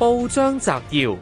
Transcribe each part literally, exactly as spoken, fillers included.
報章摘要：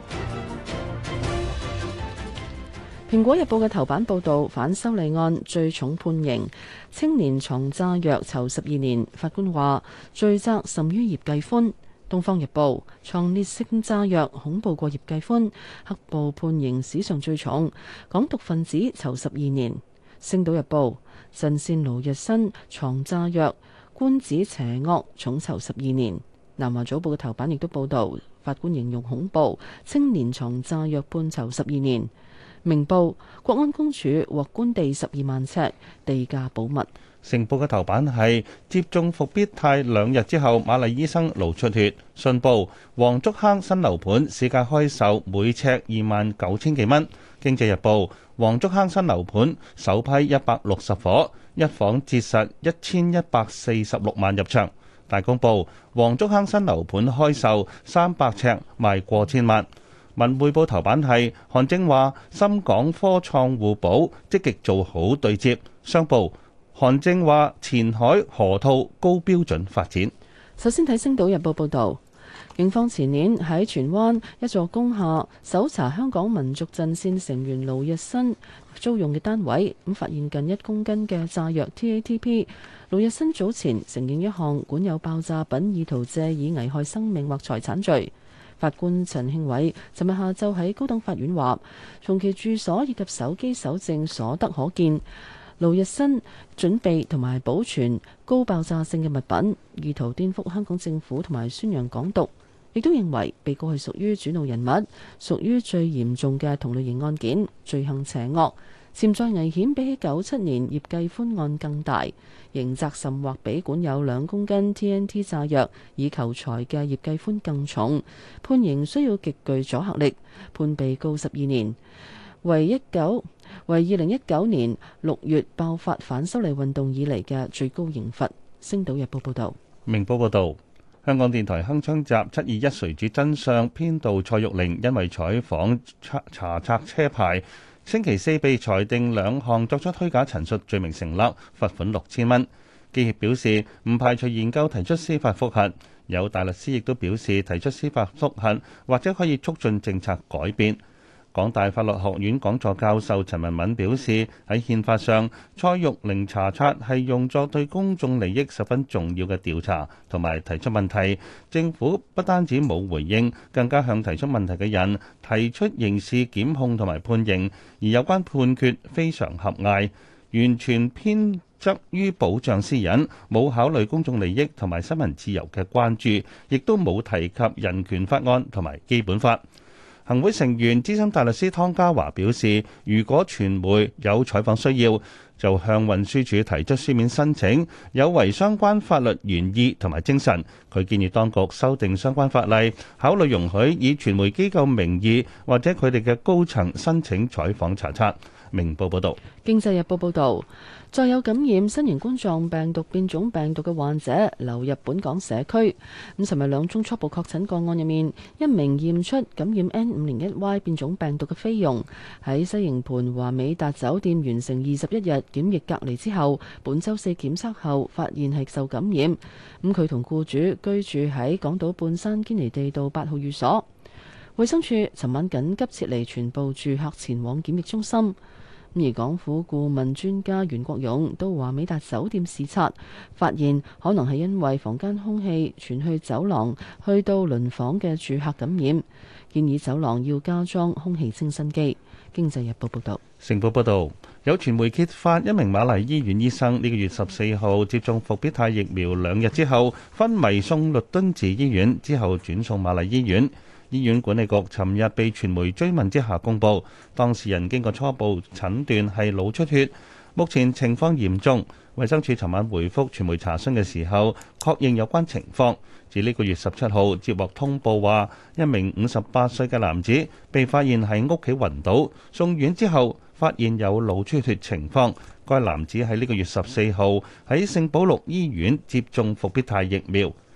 蘋果日報嘅頭版報道反修例案最重判刑，青年藏炸藥囚十二年，法官話罪責甚於葉繼歡。東方日報藏烈性炸藥恐怖過葉繼歡，黑暴判刑史上最重，港獨分子囚十二年。星島日報陣線盧日新藏炸藥，官指邪惡，重囚十二年。南華早報嘅頭版亦都報道法官形容恐怖，青年藏炸藥判囚十二年。明報國安公署獲官地十二萬尺，地價保密。 成報嘅頭版係接種復必泰兩日之後，瑪麗醫生腦出血。信報黃竹坑新樓盤市價開售每尺二萬九千幾蚊。經濟日報黃竹坑新樓盤首批一百六十伙，一房折實一千一百四十六萬入場。大公報黃竹坑新樓盤開售三百尺賣過千萬。文匯報頭版係韓正話深港科創互補，積極做好對接。商報韓正話前海河套高標準發展。 首先睇《星島日報》報導，警方前年喺荃灣一座工廈搜查香港民族陣線成員盧日新租用嘅單位，咁發現近一公斤嘅炸藥 T A T P。盧日新早前承認一項管有爆炸品意圖借以危害生命或財產罪。法官陳慶偉尋日下晝喺高等法院話，從其住所以及手機搜證所得可見，盧日新準備同埋保存高爆炸性嘅物品，意圖顛覆香港政府同埋宣揚港獨，亦都認為被告係屬於主腦人物，屬於最嚴重嘅同類型案件，罪行邪惡，潛在危險比起九七年葉繼歡案更大，刑責甚或比管有兩公斤 T N T 炸藥以求財嘅葉繼歡更重，判刑需要極具阻嚇力，判被告十二年，為一九為二零一九年六月爆發反修例運動以嚟嘅最高刑罰。星島日報報道。 明報報道，香港電台鏗鏘集七二一誰主真相編導蔡玉玲因為採訪查查冊車牌，星期四被裁定兩項作出虛假陳述罪名成立，罰款六千蚊。記協表示唔排除研究提出司法覆核，有大律師亦都表示提出司法覆核或者可以促進政策改變。港大法律學院講座教授陳文敏表示，喺憲法上，蔡玉玲查冊係用作對公眾利益十分重要嘅調查同埋提出問題，政府不單止冇回應，更加向提出問題嘅人提出刑事檢控同埋判刑，而有關判決非常狹隘，完全偏側於保障私隱，冇考慮公眾利益同埋新聞自由嘅關注，亦都冇提及人權法案同埋基本法。行會成員資深大律師湯家驊表示，如果傳媒有採訪需要，就向運輸署提出書面申請，有違相關法律原意同埋精神。佢建議當局修訂相關法例，考慮容許以傳媒機構名義或者佢哋嘅高層申請採訪查冊。明報報道。 經濟日報報導，再有感染新型冠狀病毒變種病毒嘅患者流入本港社區。咁尋日兩宗初步確診個案入面，一名驗出感染 N 五零一 Y 變種病毒嘅菲傭喺西營盤華美達酒店完成二十一日檢疫隔離之後，本週四檢測後發現係受感染。咁佢同僱主居住喺港島半山堅尼地道八號寓所。衛生署尋晚緊急撤離全部住客前往檢疫中心。而港府顧問專家袁國勇到華美達酒店視察，發現可能係因為房間空氣傳去走廊，去到鄰房嘅住客感染，建議走廊要加裝空氣清新機。經濟日報報道。 成報報導，有傳媒揭發一名瑪麗醫院醫生呢個月十四號接種復必泰疫苗兩日之後，昏迷送律敦治醫院，之後轉送瑪麗醫院。醫院管理局尋日被傳媒追問之下公佈，當事人經過初步診斷係腦出血，目前情況嚴重。衛生署尋晚回覆傳媒查詢嘅時候，確認有關情況。自呢個月十七號接獲通報話，一名五十八歲嘅男子被發現喺屋企暈倒，送院之後發現有腦出血情況。該男子喺呢個月十四號喺聖保祿醫院接種復必泰疫苗。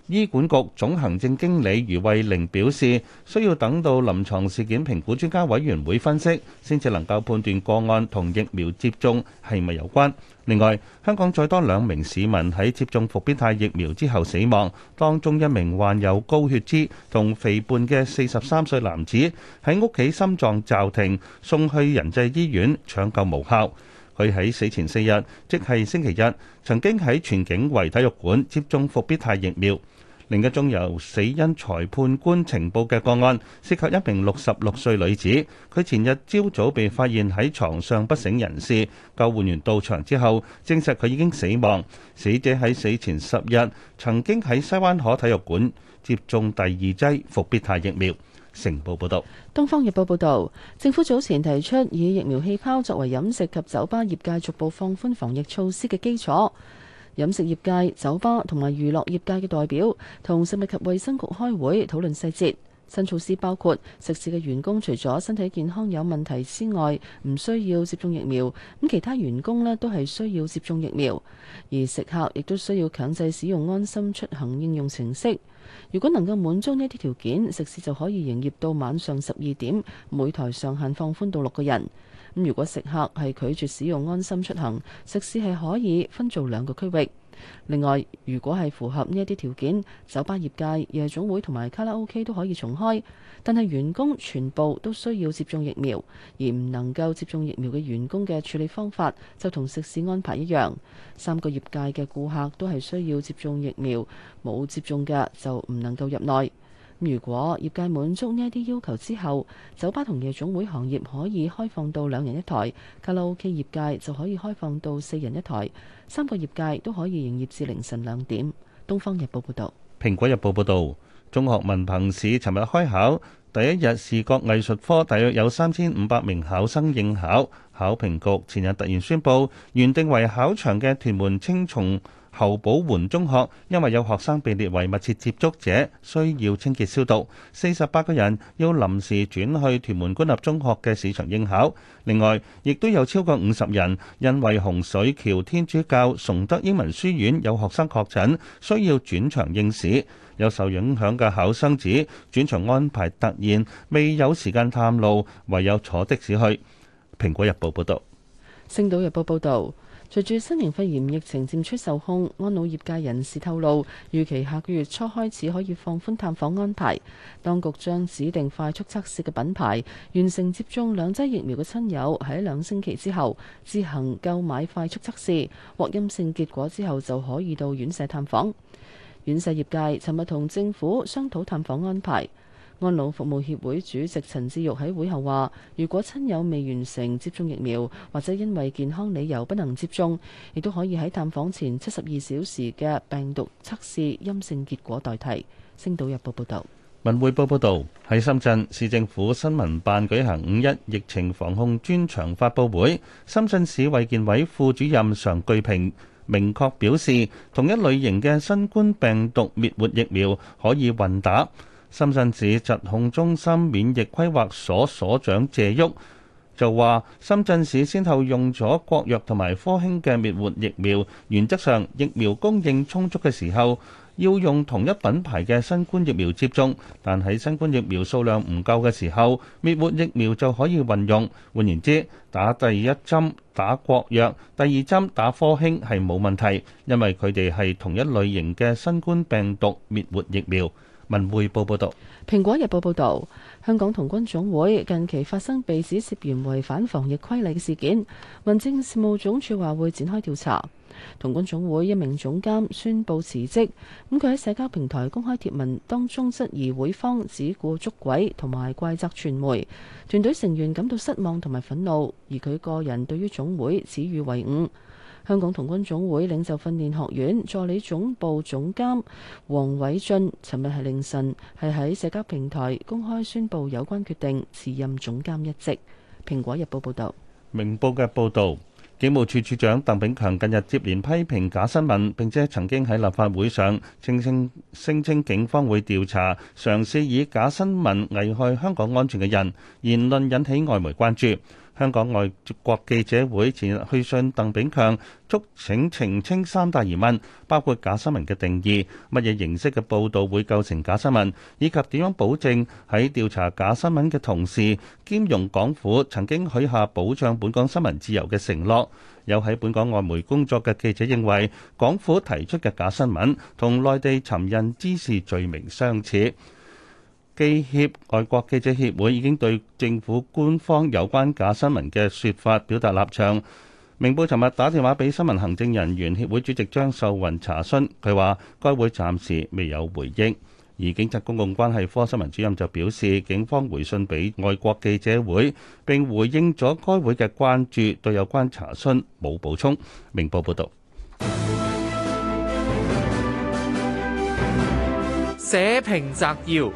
醫管局總行政經理余慧玲表示，需要等到臨床事件評估專家委員會分析，先至能夠判斷個案同疫苗接種係咪有關。另外，香港再多兩名市民喺接種復必泰疫苗之後死亡，當中一名患有高血脂同肥胖嘅四十三歲男子喺屋企心臟驟停，送去仁濟醫院搶救無效。佢喺死前四日，即係星期日，曾經喺荃景圍體育館接種復必泰疫苗。另一宗由死因裁判官呈報嘅個案，涉及一名六十六歲女子，佢前日朝早被發現喺床上不省人事，救護員到場之後，證實佢已經死亡。死者喺死前十日曾經喺西灣河體育館接種第二劑復必泰疫苗。成報報導。 東方日報報導，政府早前提出以疫苗氣泡作為飲食及酒吧業界逐步放寬防疫措施嘅基礎。飲食業界、酒吧同埋娛樂業界嘅代表同食物及衛生局開會討論細節。新措施包括食肆嘅員工除咗身體健康有問題之外，唔需要接種疫苗。咁其他員工呢都係需要接種疫苗，而食客亦都需要強制使用安心出行應用程式。如果能夠滿足呢啲條件，食肆就可以營業到晚上十二點，每台上限放寬到六個人。咁如果食客係拒絕使用安心出行，食肆係可以分做兩個區域。另外，如果係符合呢一啲條件，酒吧業界、夜總會同埋卡拉 OK 都可以重開，但係員工全部都需要接種疫苗，而唔能夠接種疫苗嘅員工嘅處理方法就同食肆安排一樣。三個業界嘅顧客都係需要接種疫苗，冇接種嘅就唔能夠入內。如果業界滿足呢一啲要求之後，酒吧同夜總會行業可以開放到兩人一台，卡拉 OK 業界就可以開放到四人一台，三個業界都可以營業至凌晨兩點。《東方日報》報道。 《蘋果日報》報道，中學文憑試尋日開考，第一日視覺藝術科大約有三千五百名考生應考。考評局前日突然宣布，原定為考場嘅屯門青松侯寶桓中學，因為有學生被列為密切接觸者，需要清潔消毒，四十八個人要臨時轉去屯門官立中學嘅試場應考。另外，亦都有超過五十人因為洪水橋天主教崇德英文書院有學生確診，需要轉場應試。有受影響嘅考生指，轉場安排突然，未有時間探路，唯有坐的士去。蘋果日報報道。 星島日報報道。隨住新型肺炎疫情漸趨受控，安老業界人士透露，預期下個月初開始可以放寬探訪安排。當局將指定快速測試嘅品牌，完成接種兩劑疫苗嘅親友喺兩星期之後自行購買快速測試，獲陰性結果之後就可以到院舍探訪。院舍業界尋日同政府商討探訪安排。安老服務協會主席陳志玉喺會後話，如果親友未完成接種疫苗，或者因為健康理由不能接種，亦都可以喺探訪前七十二小時嘅病毒測試陰性結果代替。星島日報報道。 文匯報報道，喺深圳市政府新聞辦舉行五一疫情防控專場發佈會，深圳市衛健委副主任常巨平明確表示，同一類型嘅新冠病毒滅活疫苗可以混打。深圳市疾控中心免疫規劃所所長謝旭就話，深圳市先後用咗國藥同埋科興嘅滅活疫苗，原則上疫苗供應充足嘅時候，要用同一品牌嘅新冠疫苗接種，但喺新冠疫苗數量唔夠嘅時候，滅活疫苗就可以運用。換言之，打第一針打國藥，第二針打科興係冇問題，因為佢哋係同一類型嘅新冠病毒滅活疫苗。文匯報報道。 蘋果日報報道，香港童軍總會近期發生被指涉嫌違反防疫規例嘅事件，民政事務總署話會展開調查。童軍總會一名總監宣布辭職，咁佢喺社交平台公開貼文當中質疑會方只顧捉鬼同埋怪責傳媒，團隊成員感到失望同埋憤怒，而佢個人對於總會恥與為伍。香港童軍總會領袖訓練學院助理總部總監黃偉俊，尋日係凌晨係喺社交平台公開宣布有關決定，辭任總監一職。蘋果日報報道。 明報嘅報導，警務處處長鄧炳強近日接連批評假新聞，並且曾經喺立法會上聲稱聲稱警方會調查嘗試以假新聞危害香港安全嘅人，言論引起外媒關注。 香港外國記者會前日去信鄧炳強，促請澄清三大疑問，包括假新聞嘅定義、乜嘢形式嘅報導會構成假新聞，以及點樣保證喺調查假新聞嘅同時，兼容港府曾經許下保障本港新聞自由嘅承諾。有喺本港外媒工作嘅記者認為，港府提出嘅假新聞同內地尋釁滋事罪名相似。記協外國記者協會已經對政府官方有關假新聞嘅說法表達立場。明報尋日打電話俾新聞行政人員協會主席張秀雲查詢，佢話該會暫時未有回應。而警察公共關係科新聞主任就表示，警方回信俾外國記者會並回應咗該會嘅關注，對有關查詢冇補充。明報報道。 社評摘要。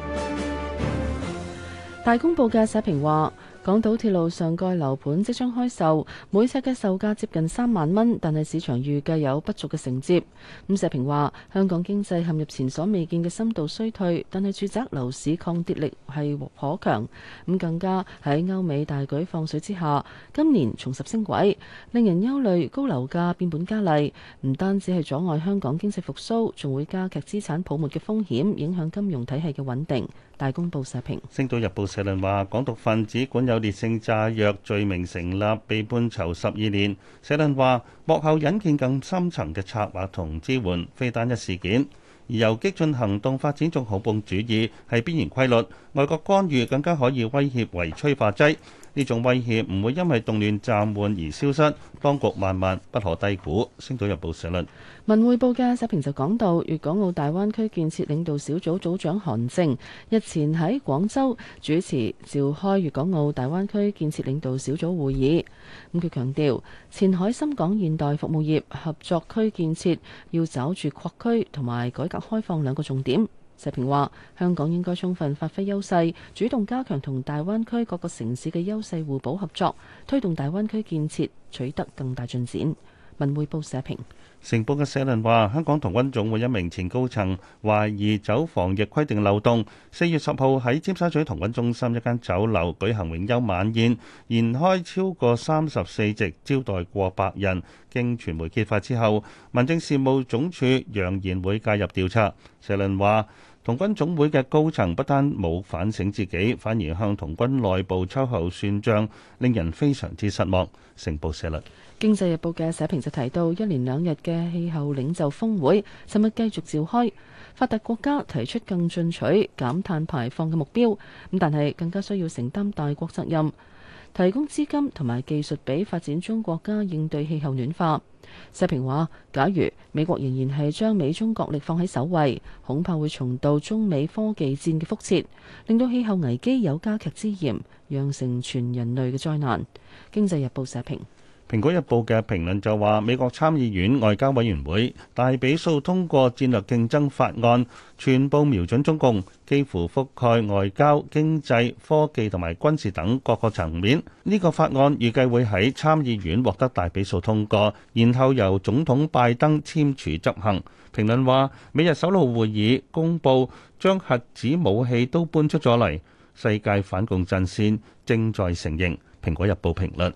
大公報嘅社評話，港島鐵路上蓋樓盤即將開售，每尺嘅售價接近三萬蚊，但係市場預計有不俗嘅承接。咁社評話，香港經濟陷入前所未見嘅深度衰退，但係住宅樓市抗跌力係頗強。咁更加喺歐美大舉放水之下，今年重拾升軌，令人憂慮高樓價變本加厲，唔單止係阻礙香港經濟復甦，仲會加劇資產泡沫嘅風險，影響金融體系嘅穩定。大公報社評。《 星島日報》社論話，港獨分子管有烈性炸藥罪名成立，被判囚十二年。社論話，幕後隱見更深層嘅策劃同支援，非單一事件。而由激進行動發展種恐怖主義係必然規律，外國干預更加可以威脅為催化劑。呢種威脅唔會因為動亂暫緩而消失，當局萬萬不可低估。星島日報社論。 文匯報嘅社評就講到，粵港澳大灣區建設領導小組組長韓正日前喺廣州主持召開粵港澳大灣區建設領導小組會議。咁佢強調，前海深港現代服務業合作區建設要抓住擴區同埋改革開放兩個重點。社評話，香港應該充分發揮優勢，主動加強同大灣區各個城市嘅優勢互補合作，推動大灣區建設取得更大進展。文匯報社評。 成報嘅社論話，香港童軍總會一名前高層懷疑走防疫規定漏洞，四月十號喺尖沙咀童軍中心一間酒樓舉行永休晚宴，筵開超過三十四席，招待過百人。經傳媒揭發之後，民政事務總署揚言會介入調查。社論話，童軍總會嘅高層不單冇反省自己，反而向童軍內部秋後算賬，令人非常之失望。成報社論。 經濟日報嘅社評就提到，一連兩日嘅氣候領袖峰會尋日繼續召開，發達國家提出更進取減碳排放嘅目標，咁但係更加需要承擔大國責任，提供資金同埋技術俾發展中國家應對氣候暖化。社評話，假如美國仍然係將美中角力放喺首位，恐怕會重蹈中美科技戰嘅覆轍，令到氣候危機有加劇之嫌，釀成全人類嘅災難。經濟日報社評。 《蘋果日報》嘅評論就話，美國參議院外交委員會大比數通過戰略競爭法案，全部瞄準中共，幾乎覆蓋外交、經濟、科技同埋軍事等各個層面。呢個法案預計會喺參議院獲得大比數通過，然後由總統拜登簽署執行。評論話，美日首腦會議公佈將核子武器都搬出咗嚟，世界反共陣線正在成形。《蘋果日報》評論。